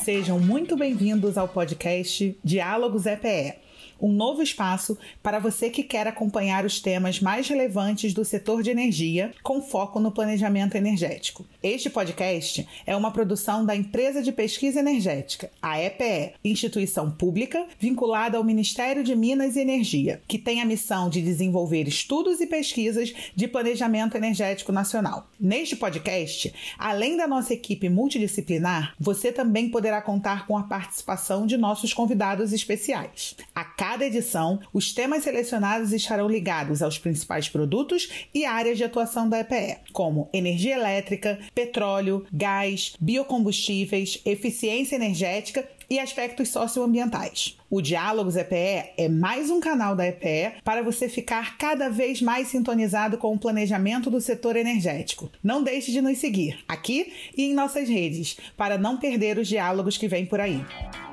Sejam muito bem-vindos ao podcast Diálogos EPE, um novo espaço para você que quer acompanhar os temas mais relevantes do setor de energia, com foco no planejamento energético. Este podcast é uma produção da Empresa de Pesquisa Energética, a EPE, instituição pública vinculada ao Ministério de Minas e Energia, que tem a missão de desenvolver estudos e pesquisas de planejamento energético nacional. Neste podcast, além da nossa equipe multidisciplinar, você também poderá contar com a participação de nossos convidados especiais. A cada edição, os temas selecionados estarão ligados aos principais produtos e áreas de atuação da EPE, como energia elétrica, petróleo, gás, biocombustíveis, eficiência energética e aspectos socioambientais. O Diálogos EPE é mais um canal da EPE para você ficar cada vez mais sintonizado com o planejamento do setor energético. Não deixe de nos seguir aqui e em nossas redes para não perder os diálogos que vêm por aí.